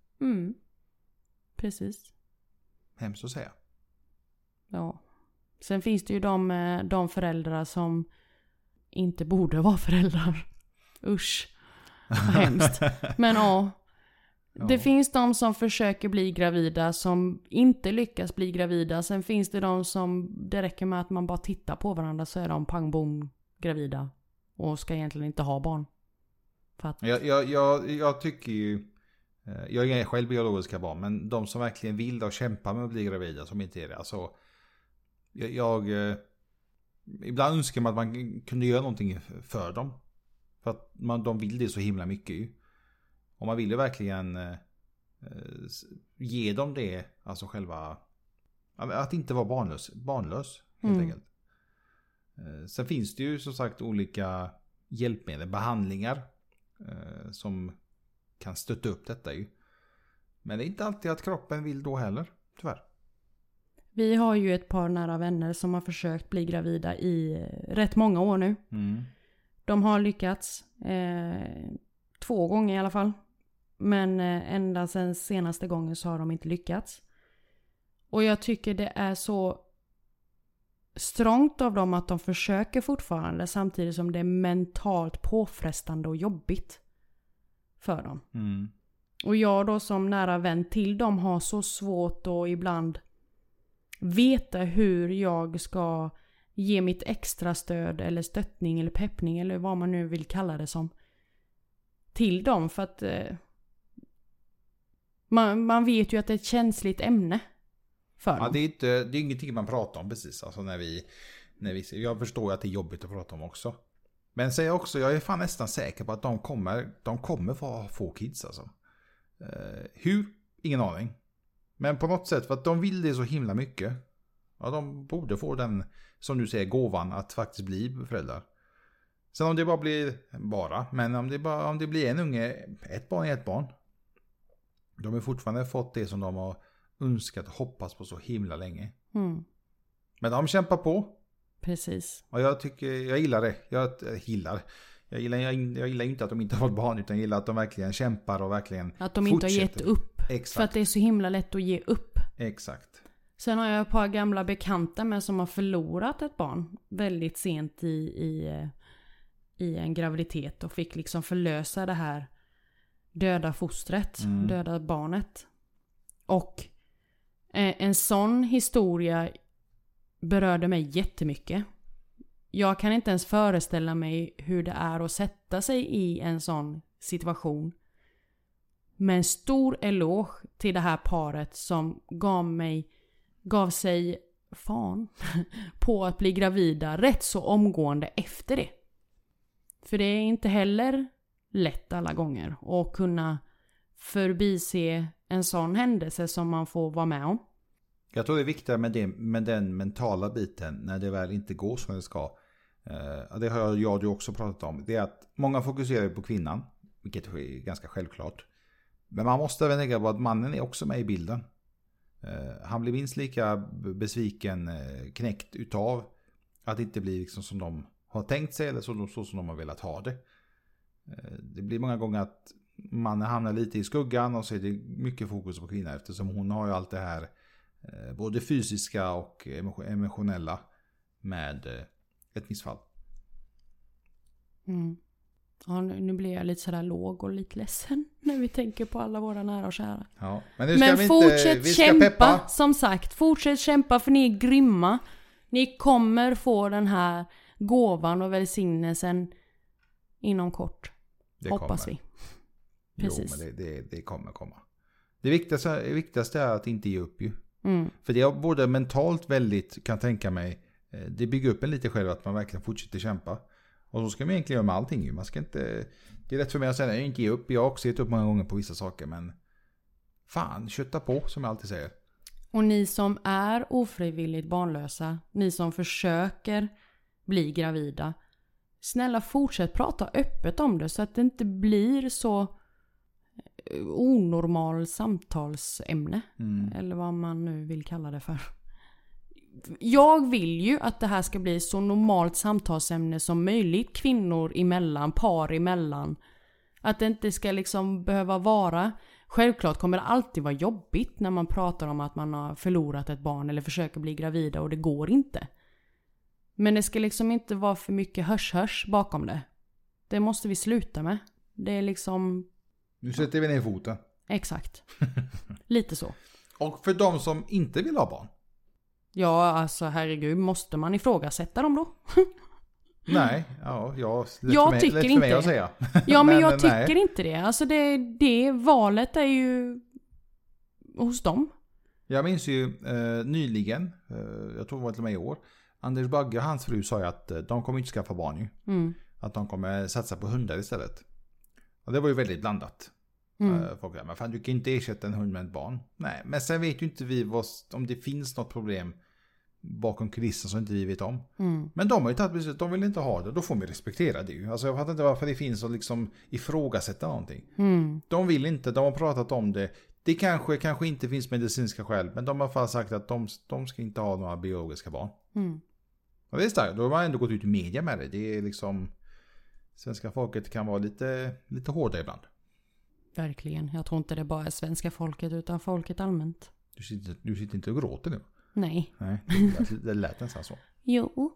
Precis. Hemskt att säga. Ja. Sen finns det ju de föräldrar som inte borde vara föräldrar. Usch. Vad hemskt. Men ja. Det finns de som försöker bli gravida som inte lyckas bli gravida. Sen finns det de som det räcker med att man bara tittar på varandra så är de pang bom gravida. Och ska egentligen inte ha barn. För att... Jag tycker ju, jag är själv biologiska barn, men de som verkligen vill och kämpar med att bli gravida som inte är det. Alltså, ibland önskar man att man kunde göra någonting för dem. För att de vill det så himla mycket ju. Och man vill ju verkligen ge dem det, alltså själva, att inte vara barnlös helt enkelt. Sen finns det ju som sagt olika hjälpmedel, behandlingar som kan stötta upp detta ju. Men det är inte alltid att kroppen vill då heller, tyvärr. Vi har ju ett par nära vänner som har försökt bli gravida i rätt många år nu. De har lyckats 2 gånger i alla fall. Men ända sen senaste gången så har de inte lyckats. Och jag tycker det är så strångt av dem att de försöker fortfarande samtidigt som det är mentalt påfrestande och jobbigt för dem. Och jag då som nära vän till dem har så svårt att ibland veta hur jag ska ge mitt extra stöd eller stöttning eller peppning eller vad man nu vill kalla det som till dem, för att man vet ju att det är ett känsligt ämne för dem. Det är ingenting man pratar om precis, alltså när vi jag förstår att det är jobbigt att prata om också. Men säger också, jag är fan nästan säker på att de kommer få kids alltså. Hur? Ingen aning. Men på något sätt, för att de vill det så himla mycket. Ja, de borde få den, som du säger, gåvan att faktiskt bli föräldrar. Sen om det bara blir men om det blir en unge, ett barn är ett barn. De har fortfarande fått det som de har önskat och hoppats på så himla länge. Men de kämpar på. Precis. Och jag gillar det. Jag gillar inte att de inte har barn, utan jag gillar att de verkligen kämpar och verkligen att de inte har gett upp. Exakt. För att det är så himla lätt att ge upp. Exakt. Sen har jag ett par gamla bekanta med som har förlorat ett barn väldigt sent i en graviditet och fick liksom förlösa det här döda fostret, döda barnet. Och en sån historia berörde mig jättemycket. Jag kan inte ens föreställa mig hur det är att sätta sig i en sån situation. Men en stor eloge till det här paret som gav sig fan på att bli gravida rätt så omgående efter det. För det är inte heller lätt alla gånger att kunna förbise en sån händelse som man får vara med om. Jag tror det är viktigt med den mentala biten när det väl inte går som det ska. Det har jag också pratat om. Det är att många fokuserar på kvinnan, vilket är ganska självklart. Men man måste även tänka på att mannen är också med i bilden. Han blir minst lika besviken, knäckt utav att det inte blir liksom som de har tänkt sig eller så som de har velat ha det. Det blir många gånger att mannen hamnar lite i skuggan och så är det mycket fokus på kvinnan eftersom hon har ju allt det här både fysiska och emotionella med ett missfall. Ja, nu blir jag lite sådär låg och lite ledsen när vi tänker på alla våra nära och kära. Ja, men nu ska vi fortsätt vi ska kämpa, peppa. som sagt. Fortsätt kämpa för ni är grymma. Ni kommer få den här gåvan och välsignelsen inom kort. Det hoppas kommer. Vi. Precis. Jo, men det kommer komma. Det viktigaste är att inte ge upp ju. Mm. För det är både mentalt väldigt, kan tänka mig, det bygger upp en lite själv att man verkligen fortsätter kämpa. Och så ska man egentligen göra med allting. Man ska inte, det är rätt för mig att säga, jag inte ge upp. Jag har också gett upp många gånger på vissa saker, men fan, kötta på som jag alltid säger. Och ni som är ofrivilligt barnlösa, ni som försöker bli gravida, snälla fortsätt prata öppet om det så att det inte blir så onormal samtalsämne. Eller vad man nu vill kalla det för. Jag vill ju att det här ska bli så normalt samtalsämne som möjligt, kvinnor emellan, par emellan. Att det inte ska liksom behöva vara. Självklart kommer det alltid vara jobbigt när man pratar om att man har förlorat ett barn eller försöker bli gravida och det går inte. Men det ska liksom inte vara för mycket hörs bakom det. Det måste vi sluta med. Det är liksom... Nu sätter vi ner foten. Exakt. Lite så. Och för de som inte vill ha barn. Ja, alltså herregud, måste man ifrågasätta dem då? Nej, jag tycker inte det. Att säga. Ja, men jag tycker inte det. Alltså det valet är ju hos dem. Jag minns ju nyligen, jag tror det var till mig i år, Anders Bagge och hans fru sa ju att de kommer inte skaffa barn ju. Att de kommer satsa på hundar istället. Och det var ju väldigt blandat. Folk säger, men fan, du kan inte ersätta en hund med ett barn. Nej, men sen vet ju inte vi om det finns något problem bakom kulissen som inte vi vet om. Men de har ju tagit beslut, de vill inte ha det. Då får vi respektera det ju. Alltså jag fattar inte varför det finns att liksom ifrågasätta någonting. De vill inte, de har pratat om det. Det kanske inte finns medicinska skäl, men de har fan sagt att de ska inte ha några biologiska barn. Och det är starkt, då har man ändå gått ut i media med det. Det är liksom, svenska folket kan vara lite hårda ibland. Verkligen, jag tror inte det bara är svenska folket utan folket allmänt. Du sitter inte och gråter nu? Nej. Det lät nästan så. Jo.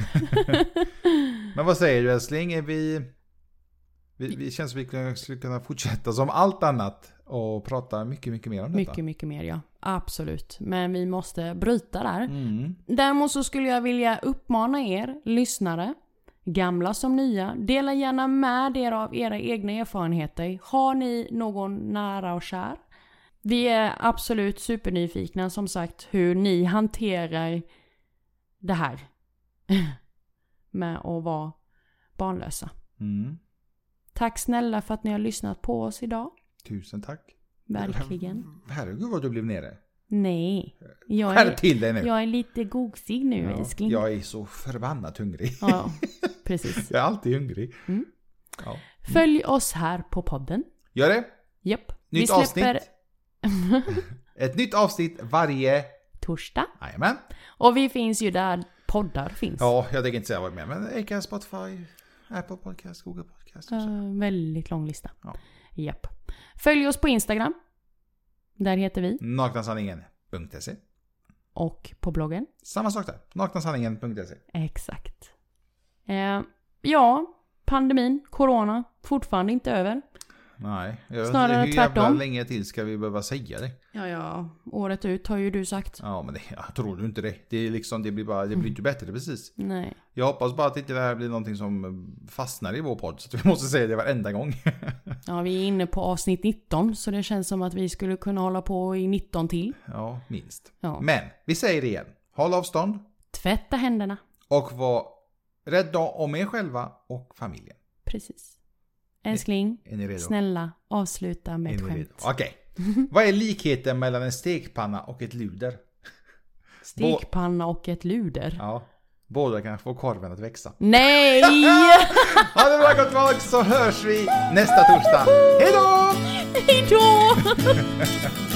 Men vad säger du älskling? Vi känns som vi skulle kunna fortsätta som allt annat och prata mycket, mycket mer om detta. Mycket mer, ja. Absolut. Men vi måste bryta där. Däremot så skulle jag vilja uppmana er lyssnare, gamla som nya, dela gärna med er av era egna erfarenheter. Har ni någon nära och kär? Vi är absolut supernyfikna, som sagt, hur ni hanterar det här med att vara barnlösa. Tack snälla för att ni har lyssnat på oss idag. Tusen tack. Verkligen. Herregud vad du blev nere. Nej. Till dig nu. Jag är lite gosig nu, älskling. Jag är så förbannat hungrig. Ja, precis. Jag är alltid hungrig. Ja. Följ oss här på podden. Gör det. Japp. Nytt avsnitt. Ett nytt avsnitt varje torsdag. Jajamän. Och vi finns ju där poddar finns. Ja, jag tänker inte säga vad mer, men Acast, Spotify. Apple Podcast, Google Podcast. Väldigt lång lista. Ja. Japp. Följ oss på Instagram. Där heter vi. Naknasanningen.se. Och på bloggen. Samma sak där. Naknasanningen.se. Exakt. Ja, pandemin, corona, fortfarande inte över. Nej, snarare hur tvärtom. jävla länge till ska vi behöva säga det? Ja, året ut har ju du sagt. Ja, men jag tror du inte det. Det är liksom, det blir inte bättre precis. Nej. Jag hoppas bara att inte det här blir någonting som fastnar i vår podd, så att vi måste säga det varenda gång. Ja, vi är inne på avsnitt 19, så det känns som att vi skulle kunna hålla på i 19 till. Ja, minst. Ja. Men, vi säger det igen. Håll avstånd. Tvätta händerna. Och var rädda om er själva och familjen. Precis. Älskling, Är ni redo? snälla, avsluta med ett skämt. Okej. Vad är likheten mellan en stekpanna och ett luder? Stekpanna och ett luder. Ja, båda kan få korven att växa. Nej! Ha det bra gott folk, så hörs vi nästa torsdag. Hej då! Hej då!